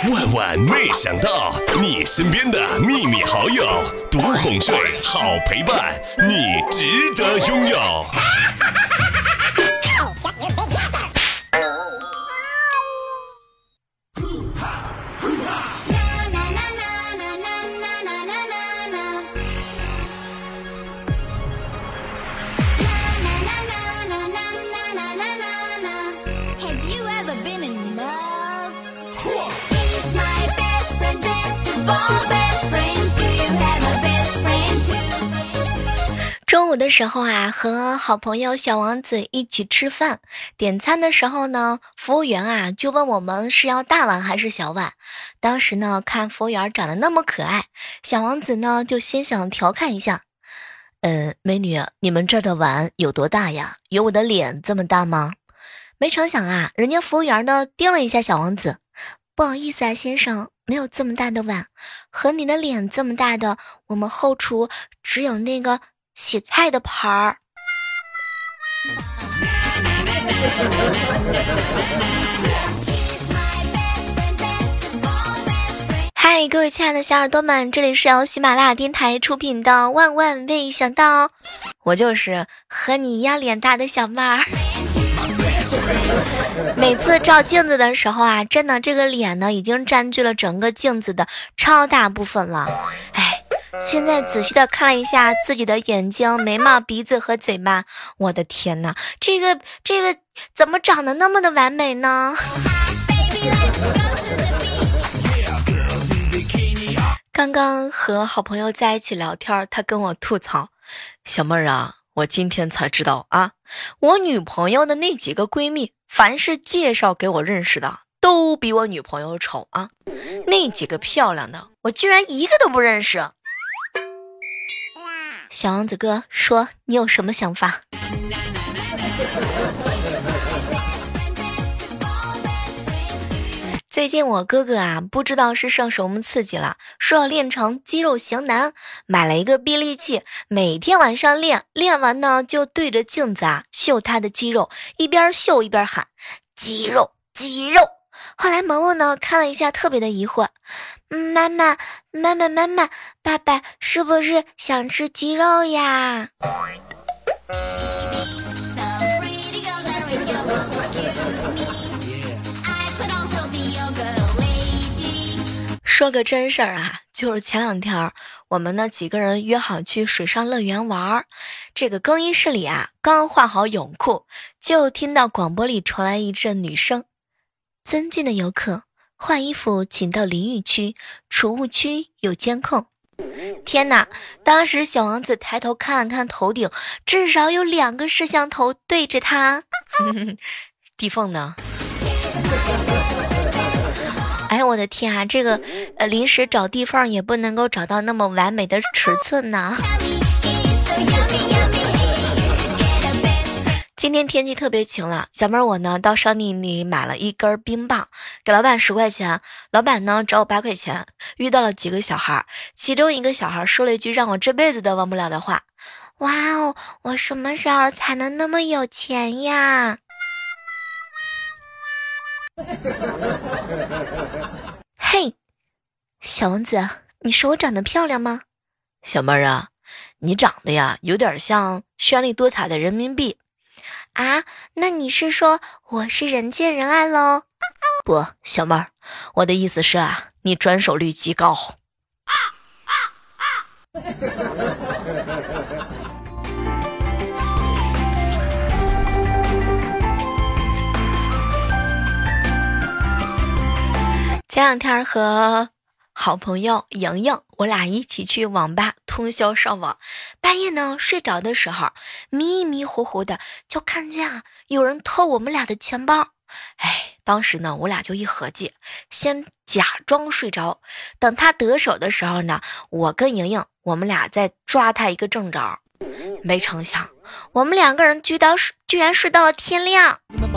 万万没想到，你身边的秘密好友，独哄睡，好陪伴，你值得拥有。 中午的时候啊，和好朋友小王子一起吃饭，点餐的时候呢，服务员啊就问我们是要大碗还是小碗。当时呢，看服务员长得那么可爱，小王子呢就先想调侃一下，美女，你们这儿的碗有多大呀？有我的脸这么大吗？没成想啊，人家服务员呢盯了一下小王子，不好意思啊，先生，没有这么大的碗，和你的脸这么大的，我们后厨只有那个洗菜的盘儿。嗨，各位亲爱的小耳朵们，这里是由喜马拉雅电台出品的《万万没想到》，我就是和你一样脸大的小妹儿。每次照镜子的时候啊，真的这个脸呢已经占据了整个镜子的超大部分了。哎，现在仔细的看了一下自己的眼睛、眉毛、鼻子和嘴巴，我的天哪，这个怎么长得那么的完美呢？刚刚和好朋友在一起聊天，他跟我吐槽，小妹儿啊，我今天才知道啊，我女朋友的那几个闺蜜，凡是介绍给我认识的都比我女朋友丑啊，那几个漂亮的我居然一个都不认识。小王子哥说，你有什么想法？最近我哥哥啊，不知道是受什么刺激了，说要练成肌肉型男，买了一个臂力器，每天晚上练，练完呢就对着镜子啊秀他的肌肉，一边秀一边喊肌肉肌肉。后来萌萌呢看了一下，特别的疑惑，妈妈，爸爸是不是想吃鸡肉呀？说个真事儿啊，就是前两天我们呢几个人约好去水上乐园玩，这个更衣室里啊刚换好泳裤，就听到广播里传来一阵女声，尊敬的游客，换衣服请到淋浴区，储物区有监控。天哪，当时小王子抬头看了看头顶，至少有2个摄像头对着他。地缝呢？哎，我的天啊，这个临时找地缝也不能够找到那么完美的尺寸呢。今天天气特别晴了，小妹儿我呢到商店里买了1根冰棒，给老板10块钱，老板呢找我8块钱。遇到了几个小孩，其中一个小孩说了一句让我这辈子都忘不了的话，哇哦，我什么时候才能那么有钱呀？嘿，小王子，你说我长得漂亮吗？小妹儿啊，你长得呀有点像绚丽多彩的人民币啊，那你是说我是人见人爱喽？不，小妹儿，我的意思是啊，你转手率极高。前两天和好朋友莹莹，我俩一起去网吧通宵上网，半夜呢睡着的时候，迷迷糊糊的就看见啊有人偷我们俩的钱包。哎，当时呢我俩就一合计，先假装睡着，等他得手的时候呢，我跟莹莹我们俩再抓他一个正着。没成想我们2个人居然睡到了天亮。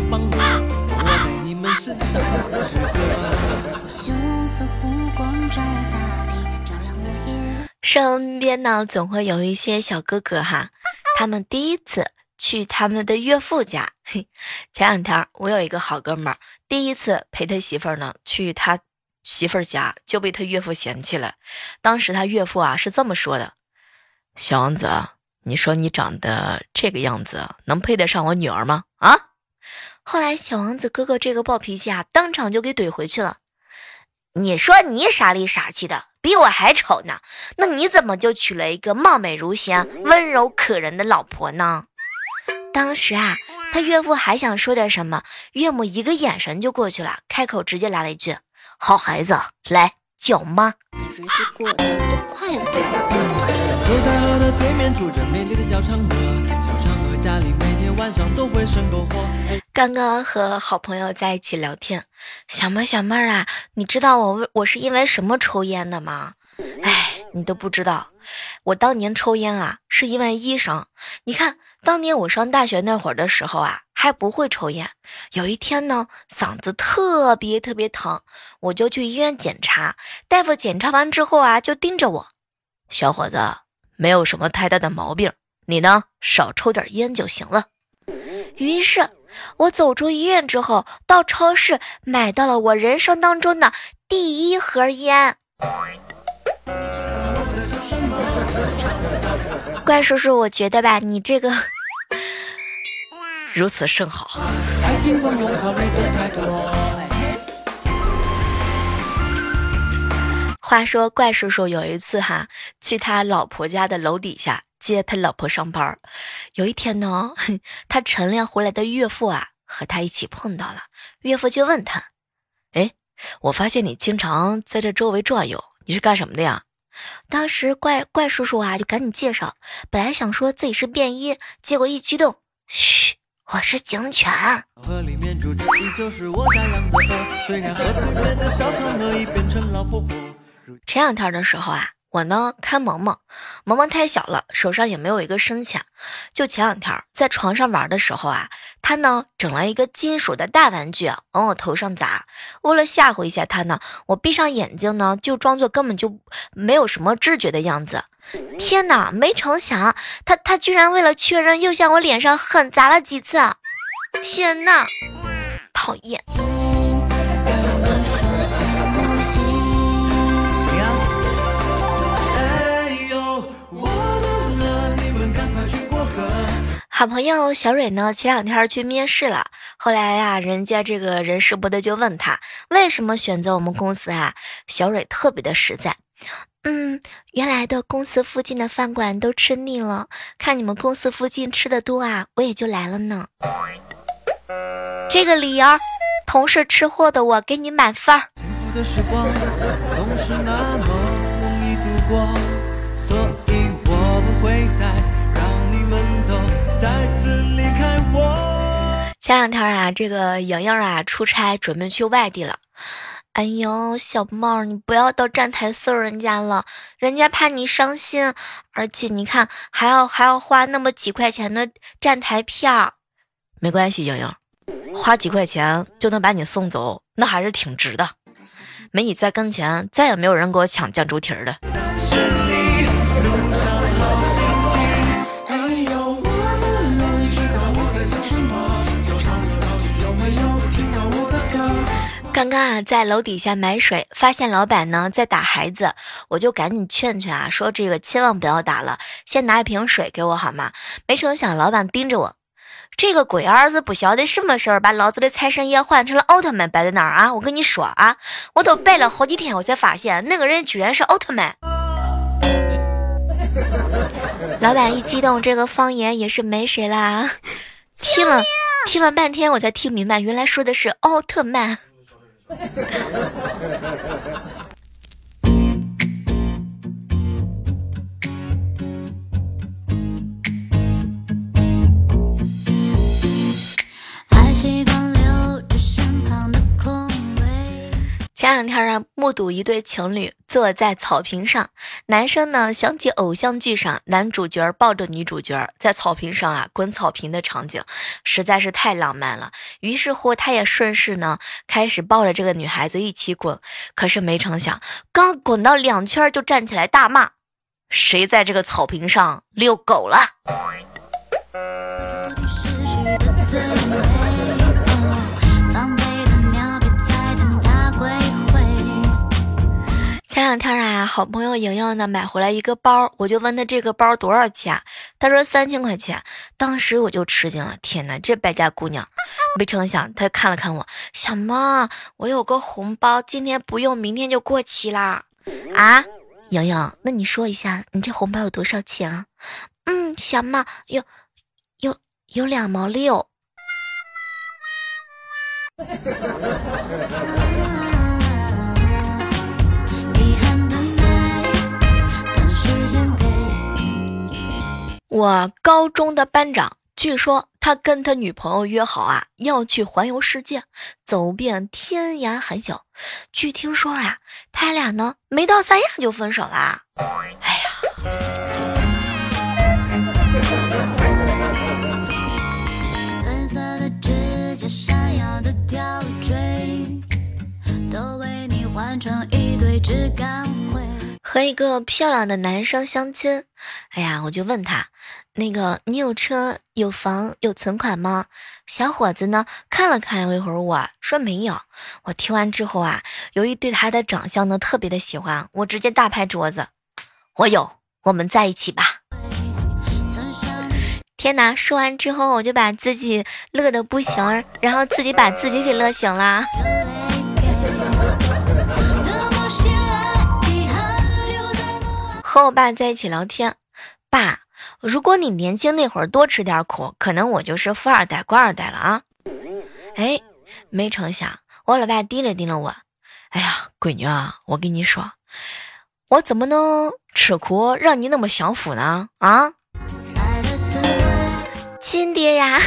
身边呢总会有一些小哥哥哈，他们第一次去他们的岳父家。前两天我有一个好哥们儿，第一次陪他媳妇儿呢去媳妇儿家就被他岳父嫌弃了。当时他岳父啊是这么说的：小王子，你说你长得这个样子能配得上我女儿吗？啊！后来小王子哥哥这个暴脾气啊，当场就给怼回去了。你说你傻里傻气的，比我还丑呢，那你怎么就娶了一个貌美如仙、温柔可人的老婆呢？当时啊，他岳父还想说点什么，岳母一个眼神就过去了，开口直接来了一句：好孩子，来叫妈。 日子过得多快乐。就在河的对面住着美丽的小嫦娥，小嫦娥家里每天晚上都会生篝火。 刚刚和好朋友在一起聊天，小妹儿啊，你知道我是因为什么抽烟的吗？哎，你都不知道，我当年抽烟啊是因为医生。你看当年我上大学那会儿的时候啊，还不会抽烟。有一天呢，嗓子特别疼，我就去医院检查。大夫检查完之后啊，就盯着我：小伙子，没有什么太大的毛病，你呢少抽点烟就行了。于是我走出医院之后，到超市买到了我人生当中的第一盒烟。怪叔叔，我觉得吧，你这个如此甚好。话说怪叔叔有一次去他老婆家的楼底下接他老婆上班。有一天呢，他晨练回来的岳父啊和他一起碰到了。岳父就问他：哎，我发现你经常在这周围转悠，你是干什么的呀？当时怪叔叔啊就赶紧介绍，本来想说自己是便衣，结果一激动：嘘，我是警犬。 河里面住着依旧是我家养的鹅，虽然河对面的小嫦娥已变成老婆婆。 前两天的时候啊，我呢看萌萌太小了，手上也没有一个深浅。就前两天在床上玩的时候啊，他呢整了一个金属的大玩具往我头上砸。为了吓唬一下他呢，我闭上眼睛呢，就装作根本就没有什么知觉的样子。天哪，没成想他居然为了确认又向我脸上狠砸了几次。天哪，讨厌。好朋友小蕊呢，前两天去面试了，后来呀，人家这个人事部的就问他为什么选择我们公司啊？小蕊特别的实在，原来的公司附近的饭馆都吃腻了，看你们公司附近吃的多啊，我也就来了呢。这个理由，同是吃货的我给你满分。 幸福的时光总是那么容易度过，所以我不会再让你们都再次离开我。 前两天啊，这个莹莹啊出差准备去外地了。哎呦，小帽，你不要到站台送人家了，人家怕你伤心，而且你看还要花那么几块钱的站台票。没关系，莹莹，花几块钱就能把你送走，那还是挺值的。没你在跟前，再也没有人给我抢酱猪蹄儿的。刚刚啊，在楼底下买水，发现老板呢在打孩子，我就赶紧劝啊，说这个千万不要打了，先拿一瓶水给我好吗？没成想老板盯着我，这个鬼儿子不晓得什么事儿，把老子的财神爷换成了奥特曼摆在那儿啊！我跟你说啊，我都摆了好几天，我才发现那个人居然是奥特曼。老板一激动，这个方言也是没谁啦。听了半天，我才听明白，原来说的是奥特曼。前两天啊，目睹一对情侣坐在草坪上，男生呢想起偶像剧上男主角抱着女主角在草坪上啊滚草坪的场景，实在是太浪漫了。于是乎，他也顺势呢开始抱着这个女孩子一起滚。可是没成想，刚滚到2圈就站起来大骂：“谁在这个草坪上遛狗了？” 好朋友莹莹呢买回来一个包，我就问他这个包多少钱，他说3000块钱。当时我就吃惊了，天哪，这败家姑娘！没成想他看了看我，小梦，我有个红包，今天不用，明天就过期啦。啊，莹莹，那你说一下，你这红包有多少钱啊？小梦，有2毛6。我高中的班长，据说他跟他女朋友约好啊，要去环游世界，走遍天涯海角。据听说啊，他俩呢没到3亚就分手啦。哎呀，粉色的指甲，闪耀的吊坠，都为你换成一堆质感灰。和一个漂亮的男生相亲，哎呀，我就问他，那个你有车有房有存款吗？小伙子呢看了看一会儿我说没有。我听完之后啊，由于对他的长相呢特别的喜欢，我直接大拍桌子，我有，我们在一起吧。天哪，说完之后我就把自己乐得不行，然后自己把自己给乐醒了。和我爸在一起聊天，爸，如果你年轻那会儿多吃点苦，可能我就是富二代官二代了啊。哎，没成想我老爸盯了盯了我，哎呀，闺女啊，我跟你说，我怎么能吃苦让你那么享福呢？啊，亲爹呀。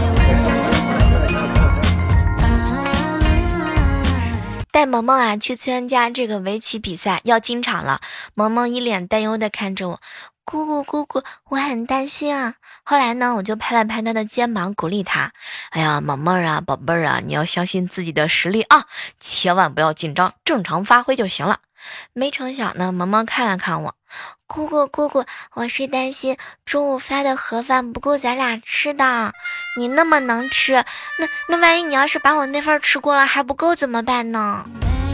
带萌萌啊去参加这个围棋比赛，要进场了。萌萌一脸担忧的看着我，姑姑，我很担心啊。后来呢，我就拍了拍他的肩膀，鼓励他。哎呀，萌萌啊，宝贝儿啊，你要相信自己的实力啊，千万不要紧张，正常发挥就行了。没成想呢，萌萌看了看我，姑姑，我是担心中午发的盒饭不够咱俩吃的。你那么能吃，那万一你要是把我那份吃过了还不够怎么办呢？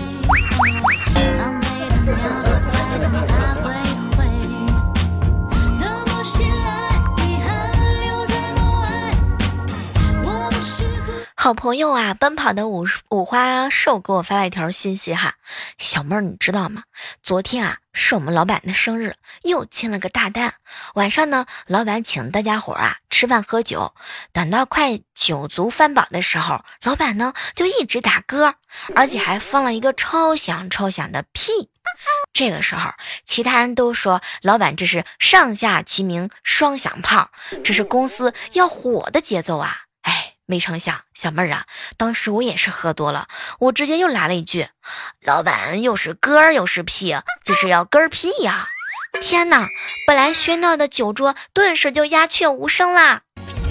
好朋友啊，奔跑的五花兽给我发了一条信息哈，小妹儿你知道吗？昨天啊是我们老板的生日，又亲了个大单。晚上呢，老板请大家伙啊吃饭喝酒，等到快酒足饭饱的时候，老板呢就一直打歌，而且还放了一个超响的屁。这个时候其他人都说老板这是上下齐鸣双响炮，这是公司要火的节奏啊。没成想，小妹儿啊，当时我也是喝多了，我直接又来了一句，老板又是歌又是屁，这是要嗝屁呀！天哪，本来喧闹的酒桌顿时就鸦雀无声啦。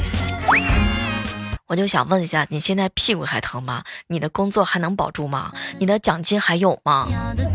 我就想问一下，你现在屁股还疼吗？你的工作还能保住吗？你的奖金还有吗？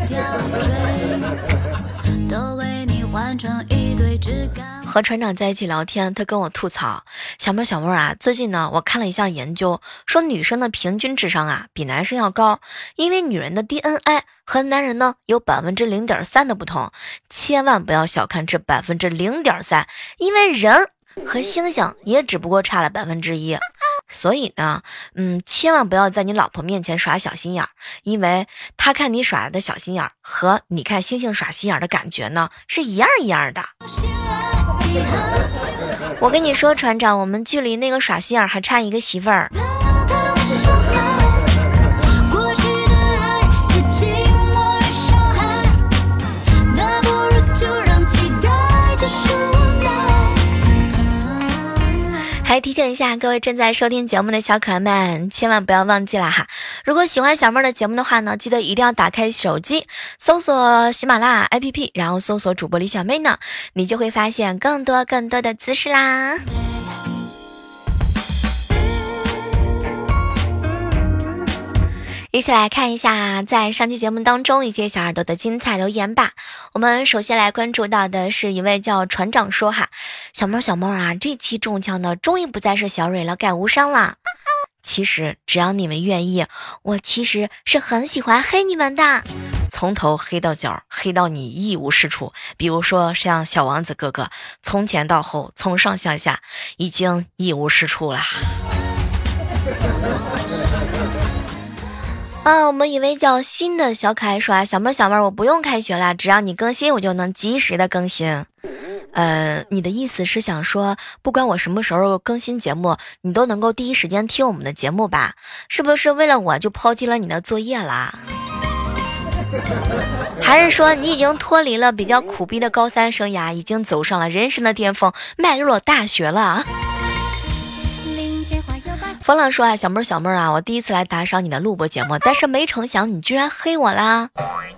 和船长在一起聊天，他跟我吐槽，小妹啊，最近呢我看了一下研究，说女生的平均智商啊比男生要高，因为女人的 DNA 和男人呢有 0.3% 的不同，千万不要小看这 0.3%， 因为人和猩猩也只不过差了 1%， 所以呢千万不要在你老婆面前耍小心眼，因为她看你耍的小心眼和你看猩猩耍心眼的感觉呢是一样的。我跟你说，船长，我们距离那个耍心眼还差一个媳妇儿。还提醒一下各位正在收听节目的小可爱们，千万不要忘记了哈！如果喜欢小妹的节目的话呢，记得一定要打开手机，搜索喜马拉雅 APP， 然后搜索主播李小妹呢，你就会发现更多的姿势啦。一起来看一下在上期节目当中一些小耳朵的精彩留言吧。我们首先来关注到的是一位叫船长说哈，小妹啊，这期中枪的终于不再是小蕊了，改无伤了。其实只要你们愿意，我其实是很喜欢黑你们的。 从头黑到脚，黑到你一无是处。比如说像小王子哥哥，从前到后，从上向下，已经一无是处了。我们一位叫新的小可爱说小妹儿，我不用开学了，只要你更新，我就能及时的更新。你的意思是想说，不管我什么时候更新节目，你都能够第一时间听我们的节目吧？是不是为了我就抛弃了你的作业啦？还是说你已经脱离了比较苦逼的高三生涯，已经走上了人生的巅峰，迈入了大学了？风浪说小妹儿我第一次来打赏你的录播节目，但是没成想你居然黑我啦！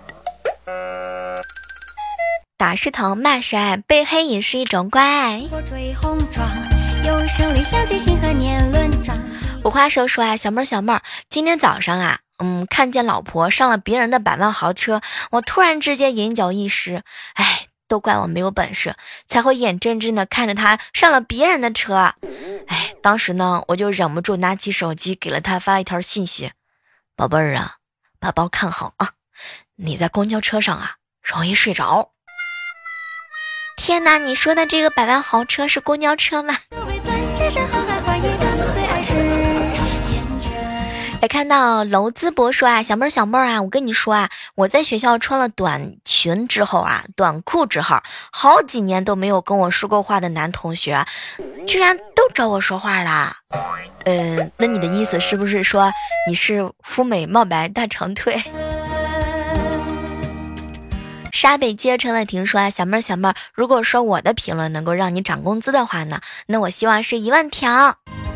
打是疼，骂是爱，被黑也是一种怪。五花蛇说小妹儿，今天早上看见老婆上了别人的百万豪车，我突然之间眼角一湿，都怪我没有本事，才会眼睁睁的看着她上了别人的车。当时呢，我就忍不住拿起手机给了她发了一条信息：宝贝儿啊，把包看好啊，你在公交车上容易睡着。天哪，你说的这个百万豪车是公交车吗？也看到娄淄博说小妹儿我跟你说我在学校穿了短裙之后短裤之后，好几年都没有跟我说过话的男同学居然都找我说话啦。那你的意思是不是说你是肤美貌白大长腿？沙北街陈伟霆说小妹儿，如果说我的评论能够让你涨工资的话呢，那我希望是1万条。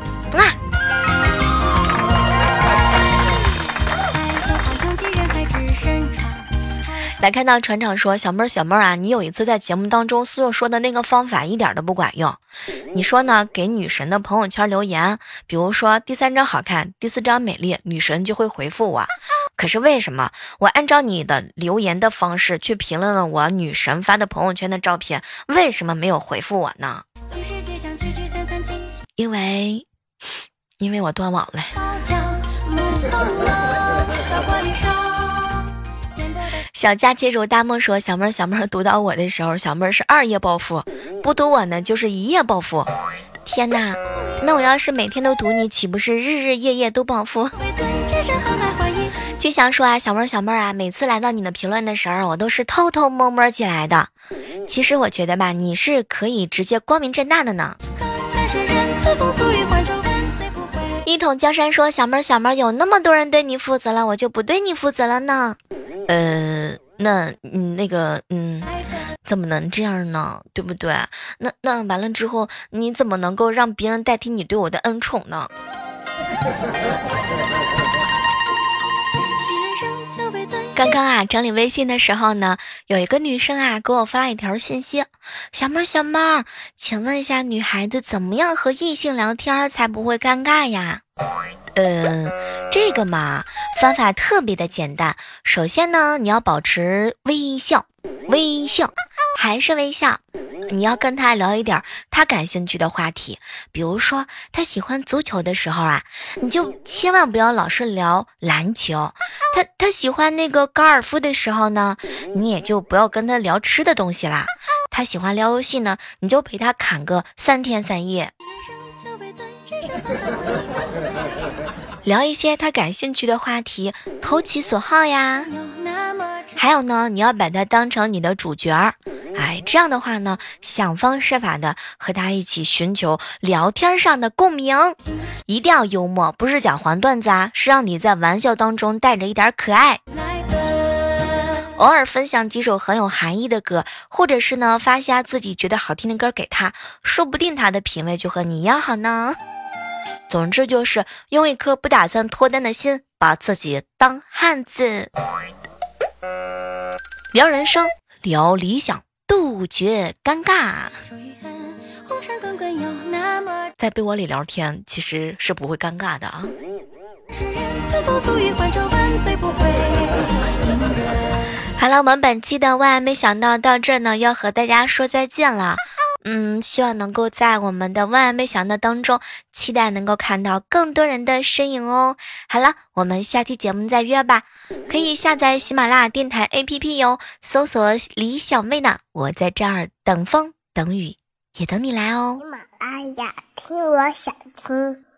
来看到船长说小妹儿你有一次在节目当中所说的那个方法一点都不管用。你说呢，给女神的朋友圈留言，比如说第3张好看，第4张美丽，女神就会回复我。可是为什么我按照你的留言的方式去评论了我女神发的朋友圈的照片，为什么没有回复我呢？因为我断网了。小佳切如大梦说小妹儿读到我的时候，小妹儿是2夜暴富，不读我呢就是1夜暴富。天哪，那我要是每天都读你，岂不是日日夜夜都暴富？就想说小妹儿每次来到你的评论的时候，我都是偷偷摸摸进来的。其实我觉得你是可以直接光明正大的呢。一统江山说小妹儿有那么多人对你负责了，我就不对你负责了呢。怎么能这样呢？对不对？那完了之后，你怎么能够让别人代替你对我的恩宠呢？刚刚整理微信的时候呢，有一个女生给我发了一条信息：小妹儿，请问一下，女孩子怎么样和异性聊天才不会尴尬呀？这个嘛，方法特别的简单。首先呢，你要保持微笑，还是微笑。你要跟他聊一点他感兴趣的话题，比如说他喜欢足球的时候你就千万不要老是聊篮球。他喜欢那个高尔夫的时候呢，你也就不要跟他聊吃的东西啦。他喜欢聊游戏呢，你就陪他砍个3天3夜。聊一些他感兴趣的话题，投其所好呀。还有呢，你要把他当成你的主角这样的话呢，想方设法的和他一起寻求聊天上的共鸣。一定要幽默，不是讲黄段子是让你在玩笑当中带着一点可爱。偶尔分享几首很有含义的歌，或者是呢发下自己觉得好听的歌给他，说不定他的品味就和你一样好呢。总之就是用一颗不打算脱单的心，把自己当汉子。聊人生，聊理想，杜绝尴尬。在被窝里聊天其实是不会尴尬的好了，我们本期的万万没想到到这呢要和大家说再见了。 希望能够在我们的万万没想到当中，期待能够看到更多人的身影哦。好了，我们下期节目再约吧，可以下载喜马拉雅电台 APP 哟，搜索李小妹呢，我在这儿等风等雨，也等你来哦。 喜马拉雅听我想听。